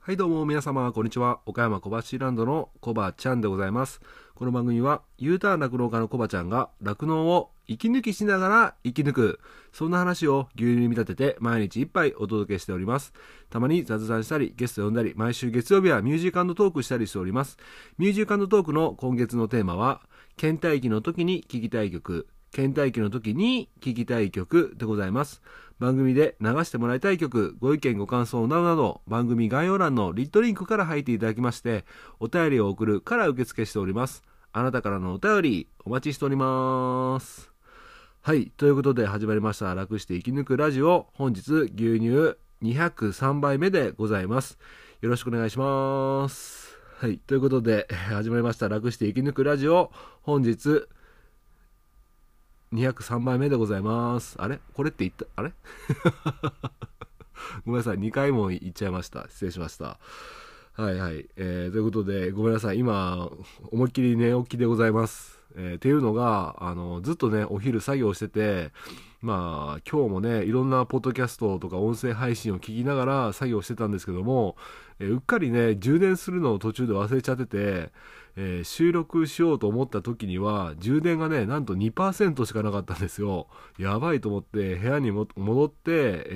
はいどうも皆様こんにちは。岡山小橋ランドのコバちゃんでございます。この番組は U ターン酪農家のコバちゃんが酪農を息抜きしながら生き抜く、そんな話を牛乳に見立てて毎日一杯お届けしております。たまに雑談したりゲスト呼んだり、毎週月曜日はミュージック&トークしたりしております。ミュージック&トークの今月のテーマは倦怠期の時に聴きたい曲、倦怠期の時に聴きたい曲でございます。番組で流してもらいたい曲、ご意見ご感想などなど、番組概要欄のリットリンクから入っていただきまして、お便りを送るから受付しております。あなたからのお便りお待ちしております。はい、ということで始まりました楽して生き抜くラジオ。本日牛乳203杯目でございます。よろしくお願いします。はい、ということで始まりました楽して生き抜くラジオ。本日203杯目でございます。あれこれって言ったあれごめんなさい、2回も言っちゃいました。失礼しました。はいはい、ということでごめんなさい、今思いっきり寝起きでございます。っていうのがずっとねお昼作業してて、今日もねいろんなポッドキャストとか音声配信を聞きながら作業してたんですけども、うっかりね充電するのを途中で忘れちゃってて、収録しようと思った時には充電がねなんと 2% しかなかったんですよ。やばいと思って部屋に戻って、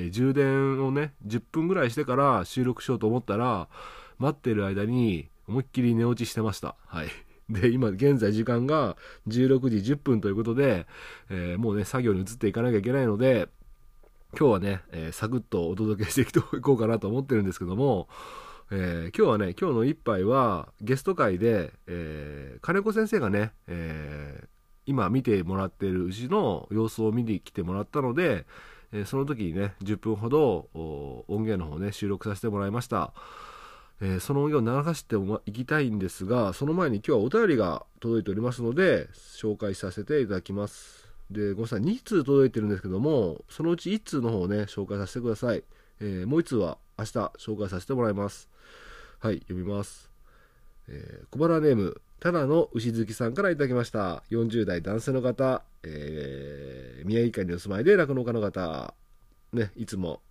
充電をね10分ぐらいしてから収録しようと思ったら、待ってる間に思いっきり寝落ちしてました。はい。で今現在時間が16時10分ということで、もうね作業に移っていかなきゃいけないので、今日はね、サクッとお届けしていこうかなと思ってるんですけども、今日はね、今日の一杯はゲスト会で、金子先生がね、今見てもらっている牛の様子を見に来てもらったので、その時にね10分ほど音源の方ね収録させてもらいました。その音源を流していきたいんですが、その前に今日はお便りが届いておりますので紹介させていただきます。で、ごめんなさい、2通届いてるんですけども、そのうち1通の方をね紹介させてください。もう1通は明日紹介させてもらいます。はい、読みます。小腹ネームただの牛好きさんからいただきました。40代男性の方、宮城県にお住まいで酪農家の方ね、いつも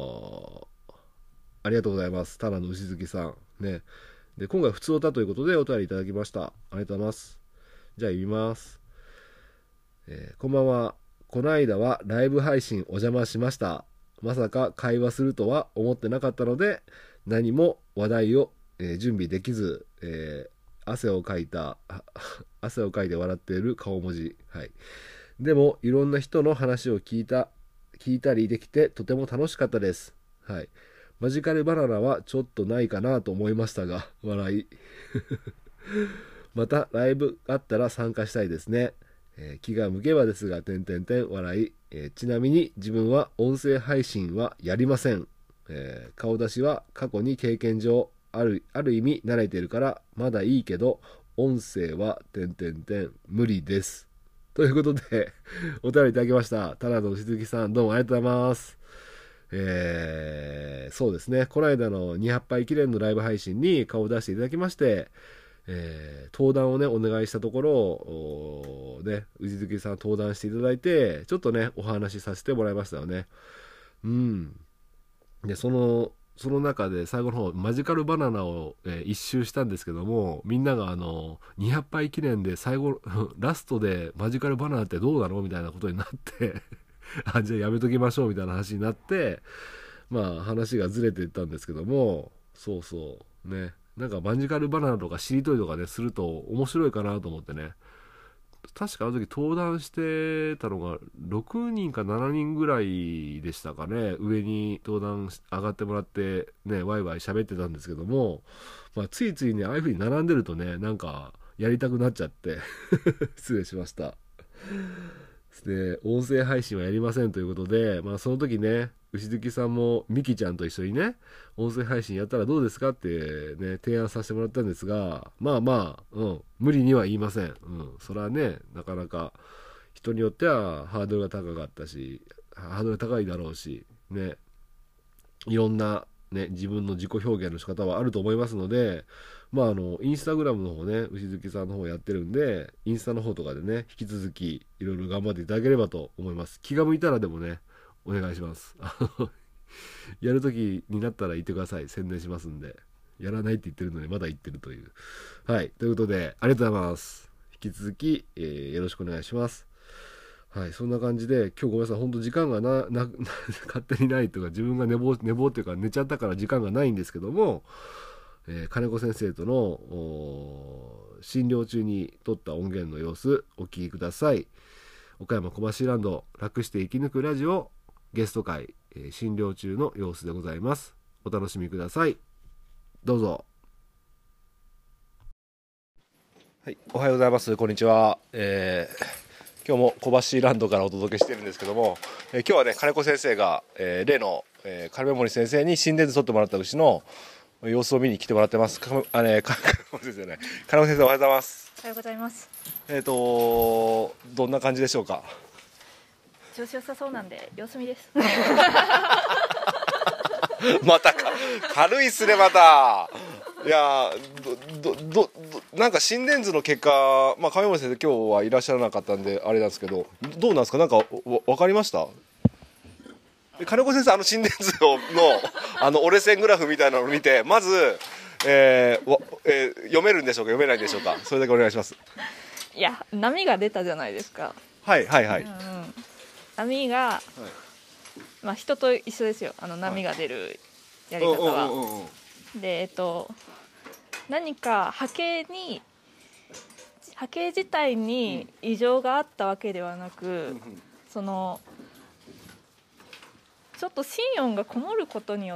ありがとうございます。ただの牛好きさんね。で、今回普通歌ということでお便りいただきました。ありがとうございます。じゃあ読みます。こんばんは。この間はライブ配信お邪魔しました。まさか会話するとは思ってなかったので、何も話題を、準備できず、汗をかいて笑っている顔文字。はい。でもいろんな人の話を聞いたりできてとても楽しかったです。はい。マジカルバナナはちょっとないかなと思いましたが、笑い。またライブあったら参加したいですね。気が向けばですが、笑い。ちなみに自分は音声配信はやりません。顔出しは過去に経験上ある意味慣れているからまだいいけど、音声は無理です。ということでお便りいただきました。ただのしずきさん、どうもありがとうございます。そうですね、この間の200杯記念のライブ配信に顔を出していただきまして、登壇をねお願いしたところね、氏月さん登壇していただいて、ちょっとねお話しさせてもらいましたよね。でその中で最後の方マジカルバナナを、一周したんですけども、みんなが200杯記念で最後ラストでマジカルバナナってどうなのみたいなことになってじゃあやめときましょうみたいな話になって、話がずれていったんですけども、そうそうね、なんかマジカルバナナとかしりとりとかねすると面白いかなと思ってね、確かあの時登壇してたのが6人か7人ぐらいでしたかね。上に登壇上がってもらってねワイワイ喋ってたんですけども、ついついねああいう風に並んでるとねなんかやりたくなっちゃって失礼しました。で、音声配信はやりませんということで、その時ね牛月さんもミキちゃんと一緒にね音声配信やったらどうですかってね提案させてもらったんですが、無理には言いません。それはねなかなか人によってはハードルが高かったし、ハードルが高いだろうしね、いろんなね自分の自己表現の仕方はあると思いますので、インスタグラムの方ね牛月さんの方やってるんで、インスタの方とかでね引き続きいろいろ頑張っていただければと思います。気が向いたらでもねお願いします。やる時になったら言ってください。宣伝しますんで。 やらないって言ってるのでまだ言ってるという。はい、ということでありがとうございます。引き続き、よろしくお願いします。はい、そんな感じで今日ごめんなさい、本当時間が勝手にないというか、自分が寝坊っていうか寝ちゃったから時間がないんですけども、金子先生との診療中に撮った音源の様子お聞きください。岡山小橋ランド楽して生き抜くラジオゲスト会、診療中の様子でございます。お楽しみください。どうぞ。はい、おはようございます。こんにちは。今日も小橋ランドからお届けしてるんですけども、今日はね金子先生が、例の、金目森先生に心電図取ってもらった牛の様子を見に来てもらってます。金子先生ね、金子先生おはようございます。 おはようございます。 どんな感じでしょうか。 調子良さそうなんで様子見です。 また軽いっすねまた。いやなんか心電図の結果、金森先生今日はいらっしゃらなかったんであれなんですけど、どうなんですか、なんか分かりました？金子先生、心電図の折れ線グラフみたいなのを見てまず、読めるんでしょうか読めないんでしょうか、それだけお願いします。 いや、波が出たじゃないですか。 はいはいはい、 波が、人と一緒ですよ、波が出るやり方は。で何か波形自体に異常があったわけではなく、ちょっと心音がこもることによって、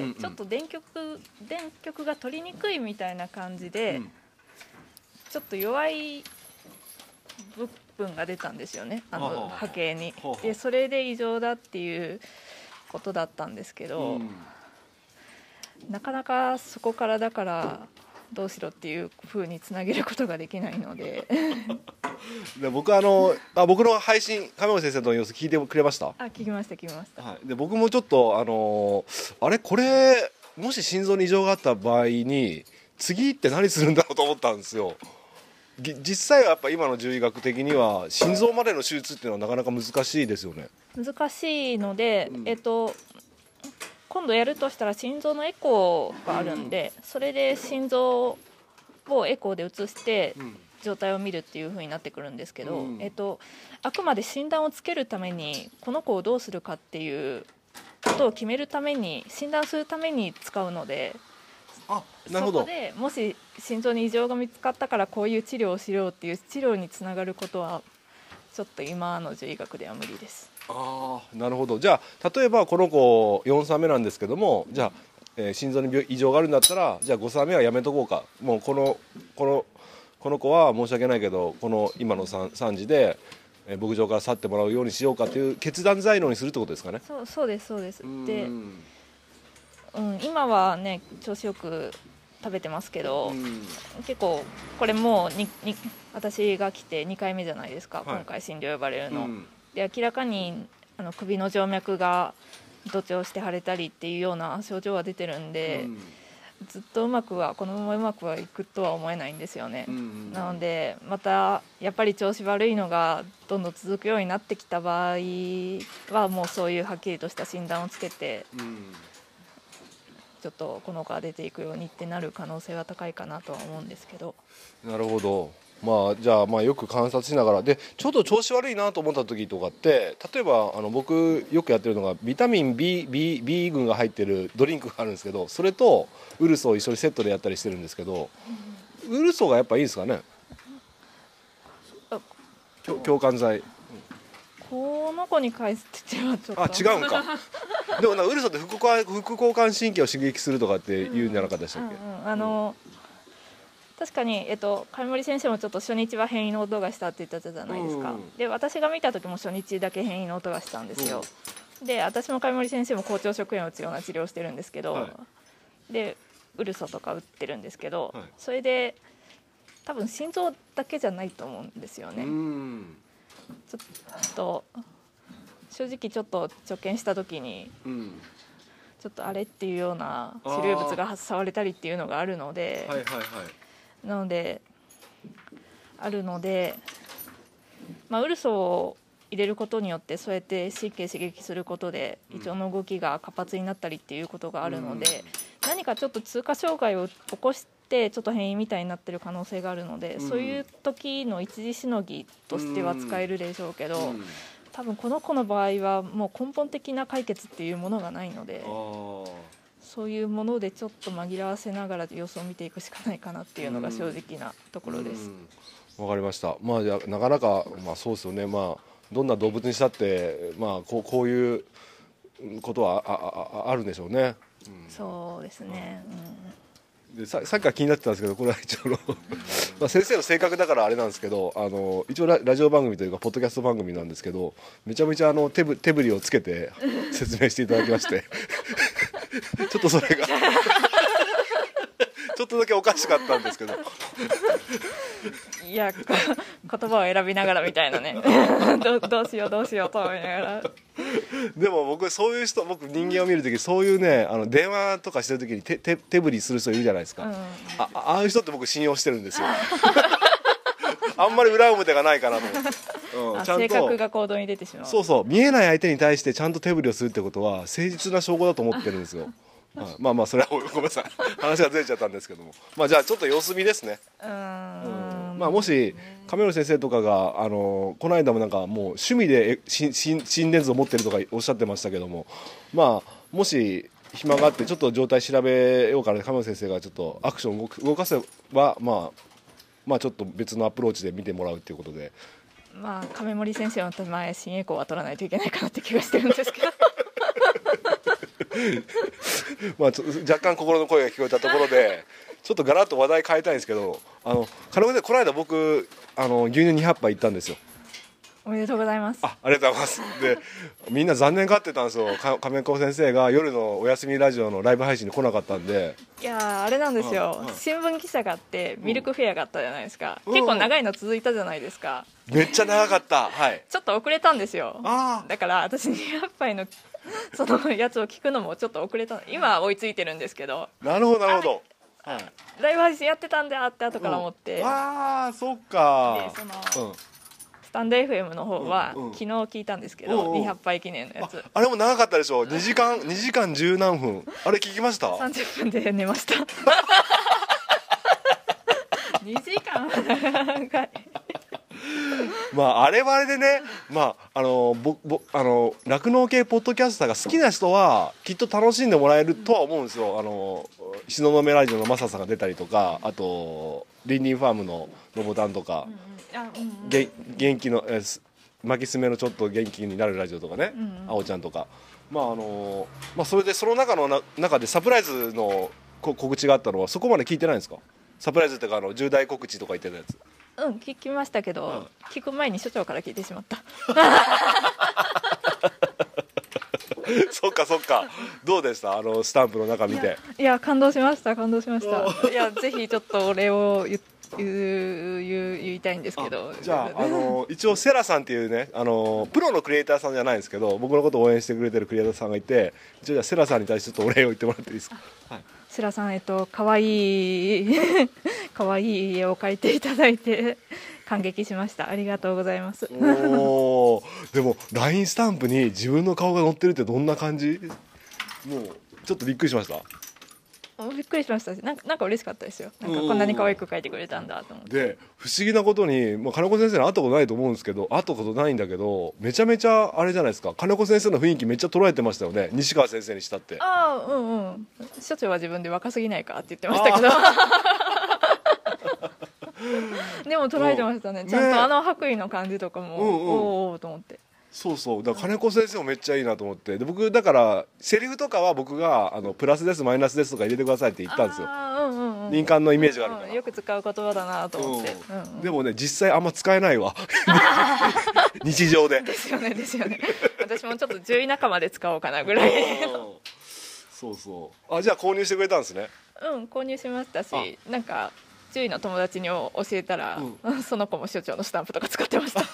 ちょっと電極が取りにくいみたいな感じで、ちょっと弱い部分が出たんですよね、波形に。でそれで異常だっていうことだったんですけど、なかなかそこからだからどうしろっていう風につなげることができないので。 で僕僕の配信金森先生の様子聞いてくれました？ 聞きました、 はい、で僕もちょっとあれこれもし心臓に異常があった場合に次って何するんだろうと思ったんですよ。実際はやっぱ今の獣医学的には心臓までの手術っていうのはなかなか難しいですよね。 難しいので、今度やるとしたら心臓のエコーがあるんで、それで心臓をエコーで映して状態を見るっていう風になってくるんですけど、あくまで診断をつけるためにこの子をどうするかっていうことを決めるために、診断するために使うので、 なるほど。 そこでもし心臓に異常が見つかったからこういう治療をしようっていう治療につながることはちょっと今の獣医学では無理です。 なるほど。じゃあ例えばこの子4産目なんですけども、じゃあ、心臓に異常があるんだったら、じゃあ5産目はやめとこうか、もうこの子は申し訳ないけどこの今の産児で牧場から去ってもらうようにしようかという決断材料にするってことですかね。 そうです。で、今はね調子よく食べてますけど、結構これもう私が来て2回目じゃないですか、今回診療呼ばれるの。で明らかに首の静脈が土調して腫れたりっていうような症状は出てるんで、ずっとこのままうまくはいくとは思えないんですよね。なのでまたやっぱり調子悪いのがどんどん続くようになってきた場合はもうそういうはっきりとした診断をつけて、ちょっとこの子が出ていくようにってなる可能性は高いかなとは思うんですけど。 なるほど。じゃあよく観察しながらで、ちょっと調子悪いなと思った時とかって、例えば僕よくやってるのがビタミン B 群が入ってるドリンクがあるんですけど、それとウルソを一緒にセットでやったりしてるんですけど、ウルソがやっぱいいですかね、強姦剤。 この子に関してはちょっと違うんか。でもウルソって副交感神経を刺激するとかって言うんじゃなかったでしたっけ？ 確かに、金森先生もちょっと初日は変異の音がしたって言ったじゃないですか。で私が見た時も初日だけ変異の音がしたんですよ。で私も金森先生も校長職員を打つような治療をしてるんですけど、でウルソとか打ってるんですけど、それで多分心臓だけじゃないと思うんですよね。ちょっと正直ちょっと直検した時に、ちょっとあれっていうような支流物が触れたりっていうのがあるので、なのでウルソを入れることによってそうやって神経刺激することで胃腸の動きが活発になったりっていうことがあるので、 何かちょっと通過障害を起こしてちょっと変異みたいになってる可能性があるので、そういう時の一時しのぎとしては使えるでしょうけど、多分この子の場合はもう根本的な解決っていうものがないので、そういうものでちょっと紛らわせながら様子を見ていくしかないかなっていうのが正直なところです。 わかりました。まあじゃあなかなか、まあそうですよね。まあどんな動物にしたって、まあこういうことはあるんでしょうね。 そうですね。 でさっきから気になってたんですけど、これは一応まあ先生の性格だからあれなんですけど、一応ラジオ番組というかポッドキャスト番組なんですけど、めちゃめちゃ手振りをつけて説明していただきましてちょっとそれがちょっとだけおかしかったんですけどいや言葉を選びながらみたいなねどうしようと思いながら。 でも僕人間を見るときそういうね、電話とかしてるときに手振りする人いるじゃないですか、ああいう人って僕信用してるんですよあんまり裏表がないかなと思って、ちゃんと性格が行動に出てしまう。 そう見えない相手に対してちゃんと手振りをするってことは誠実な証拠だと思ってるんですよまあそれはごめんなさい話がずれちゃったんですけども、まあじゃあちょっと様子見ですね。まあもし亀森先生とかがこの間もなんかもう趣味で心電図を持ってるとかおっしゃってましたけども、まあもし暇があってちょっと状態調べようから亀森先生がちょっとアクションを動かせば、まあちょっと別のアプローチで見てもらうっていうことで、 まあ亀森先生の手前新栄光は取らないといけないかなって気がしてるんですけどまあ若干心の声が聞こえたところでちょっとガラッと話題変えたいんですけど、金子でこの間僕牛乳200杯行ったんですよ。 おめでとうございます。 ありがとうございます。でみんな残念がってたんですよ。亀子先生が夜のお休みラジオのライブ配信に来なかったんで。 いやあれなんですよ、新聞記者があってミルクフェアがあったじゃないですか、結構長いの続いたじゃないですか。 めっちゃ長かった、はい、 ちょっと遅れたんですよ。だから私200杯のそのやつを聞くのもちょっと遅れた。今は追いついてるんですけど。 なるほどなるほど、 ライブ配信やってたんだって後から思って、 そっか。 でスタンド FM の方は、昨日聞いたんですけど、200杯記念のやつあれも長かったでしょ。2時間十何分。あれ聞きました？ 30分で寝ました2時間は長いまああれはあれでね、まあ酪農系ポッドキャスターが好きな人はきっと楽しんでもらえるとは思うんですよ。東雲ラジオのマサさんが出たりとか、あとリンリンファームのロボタンとか、元気の巻きすめのちょっと元気になるラジオとかね、あおちゃんとか、まあそれでその中でサプライズの告知があったのはそこまで聞いてないんですか？サプライズっていうか重大告知とか言ってたやつ。 聞きましたけど、聞く前に所長から聞いてしまったそっかどうでした？スタンプの中見て。 いや感動しましたいやぜひちょっとお礼を言いたいんですけど。 じゃあ一応セラさんっていうねプロのクリエイターさんじゃないんですけど、僕のことを応援してくれてるクリエイターさんがいて、一応じゃあセラさんに対してちょっとお礼を言ってもらっていいですか？ セラさんかわいい家を描いていただいて感激しました。ありがとうございます。でも LINE スタンプに自分の顔が載ってるってどんな感じ？もうちょっとびっくりしました。 びっくりしました。なんか嬉しかったですよ。なんかこんなに可愛く描いてくれたんだと思って。 で不思議なことに、金子先生に会ったことないと思うんですけど、会ったことないんだけど、めちゃめちゃあれじゃないですか、金子先生の雰囲気めっちゃ捉えてましたよね。西川先生にしたって。 所長は自分で若すぎないかって言ってましたけどでも捉えてましたね。ちゃんと白衣の感じとかもおおと思って。 そうだから金子先生もめっちゃいいなと思って。で僕だからセリフとかは僕がプラスですマイナスですとか入れてくださいって言ったんですよ。林間のイメージがあるから、 よく使う言葉だなと思って、 でもね実際あんま使えないわ日常で。 ですよね私もちょっと10位仲間で使おうかなぐらいそうじゃあ購入してくれたんですね。 購入しましたし、なんか10位の友達に教えたら、その子も所長のスタンプとか使ってました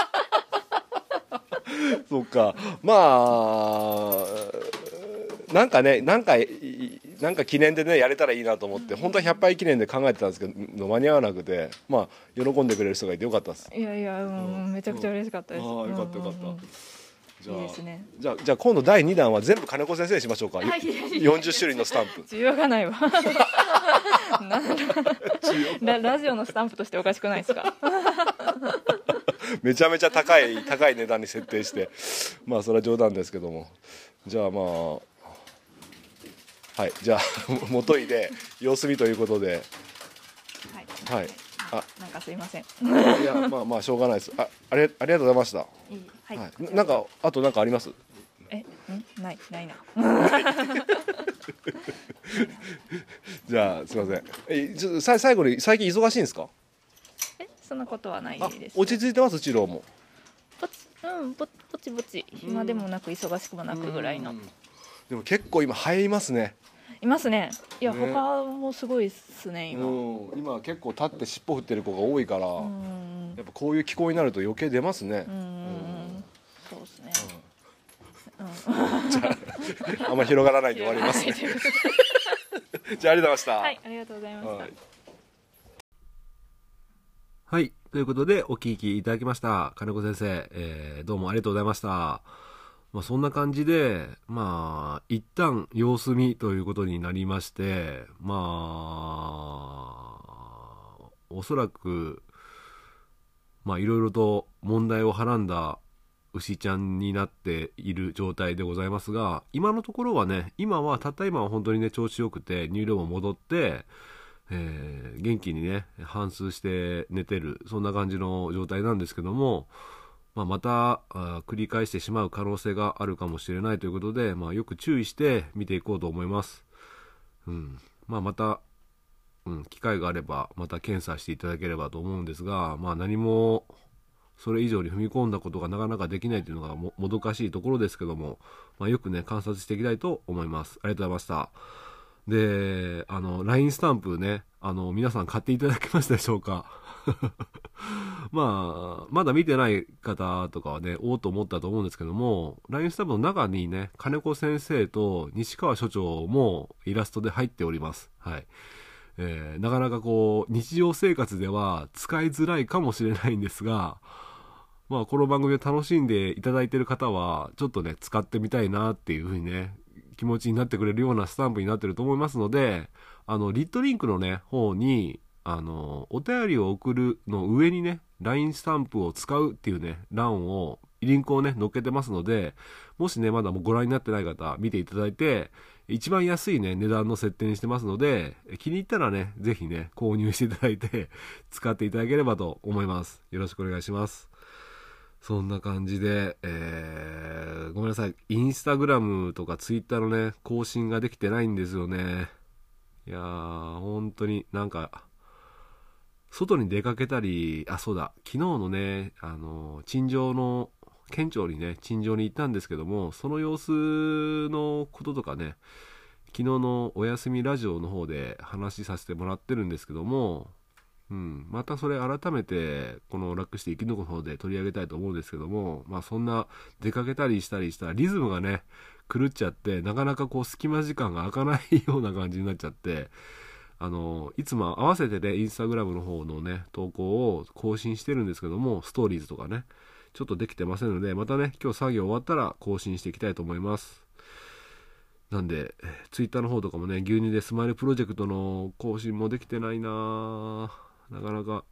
そうか、まあなんか記念でねやれたらいいなと思って、本当は100杯記念で考えてたんですけど間に合わなくて、まあ喜んでくれる人がいてよかったです。 いやめちゃくちゃ嬉しかったです。 よかったじゃあいいですね。 じゃあ今度第2弾は全部金子先生にしましょうか。40種類のスタンプ。 需要がないわラジオのスタンプとしておかしくないですかめちゃめちゃ高い値段に設定して、まあそれは冗談ですけども、じゃあまあはい、じゃあ元井で様子見ということで、はい、 なんかすいません。 いやまあしょうがないです。ありがとうございました。はい、なんかあとなんかあります？ ないな。 じゃあすいません。ちょっと最後に最近忙しいんですか？ そんなことはないです。 落ち着いてます、治療も。 ぼちぼち暇でもなく忙しくもなくぐらいの。 でも結構今生えますね。 いますね。いや、他もすごいっすね今。 今結構立って尻尾振ってる子が多いから、やっぱこういう気候になると余計出ますね。 そうですね。 じゃああんま広がらないで終わりますね。じゃあありがとうございました。 はい、ありがとうございました。 はい、ということでお聞きいただきました金子先生、どうもありがとうございました。まあ、そんな感じで、まあ、一旦様子見ということになりまして、まあ、おそらく、まあ、いろいろと問題をはらんだ牛ちゃんになっている状態でございますが、今のところはね、たった今は本当にね、調子よくて、乳量も戻って、元気にね、反芻して寝てる、そんな感じの状態なんですけども、また繰り返してしまう可能性があるかもしれないということで、よく注意して見ていこうと思います。また、機会があればまた検査していただければと思うんですが、何もそれ以上に踏み込んだことがなかなかできないというのがもどかしいところですけども、よくね観察していきたいと思います。ありがとうございました。で、LINE スタンプね、皆さん買っていただけましたでしょうかまだ見てない方とかはね、と思ったと思うんですけども、LINE スタンプの中にね、金子先生と西川所長もイラストで入っております。はい。なかなかこう、日常生活では使いづらいかもしれないんですが、この番組を楽しんでいただいている方は、ちょっとね、使ってみたいなっていうふうにね、気持ちになってくれるようなスタンプになってると思いますので、リットリンクのね、方に、お便りを送るの上にね、LINE スタンプを使うっていうね、リンクをね、載っけてますので、もしね、まだご覧になってない方、見ていただいて、一番安いね、値段の設定にしてますので、気に入ったらね、ぜひね、購入していただいて、使っていただければと思います。よろしくお願いします。そんな感じで、ごめんなさい。インスタグラムとかツイッターのね、更新ができてないんですよね。いやー、本当になんか、外に出かけたり、そうだ、昨日のね、県庁にね、陳情に行ったんですけども、その様子のこととかね、昨日のおやすみラジオの方で話させてもらってるんですけども、またそれ改めてこの楽して生き抜く方で取り上げたいと思うんですけども、そんな出かけたりしたらリズムがね狂っちゃって、なかなかこう隙間時間が開かないような感じになっちゃって、いつも合わせてねインスタグラムの方のね投稿を更新してるんですけども、ストーリーズとかねちょっとできてませんので、またね今日作業終わったら更新していきたいと思います。なんでツイッターの方とかもね、牛乳でスマイルプロジェクトの更新もできてないなかなか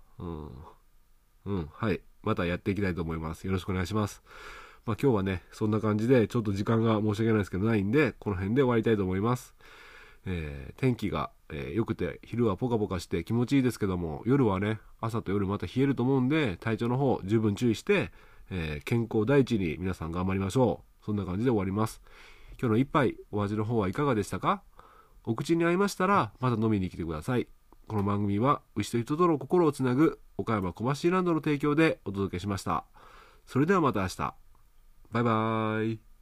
はい、またやっていきたいと思います。よろしくお願いします。今日はねそんな感じで、ちょっと時間が申し訳ないですけどないんで、この辺で終わりたいと思います。天気が、良くて昼はポカポカして気持ちいいですけども、夜はね朝と夜また冷えると思うんで、体調の方十分注意して、健康第一に皆さん頑張りましょう。そんな感じで終わります。今日の一杯お味の方はいかがでしたか？お口に合いましたらまた飲みに来てください。この番組は牛と人との心をつなぐ岡山小橋ランドの提供でお届けしました。それではまた明日。バイバーイ。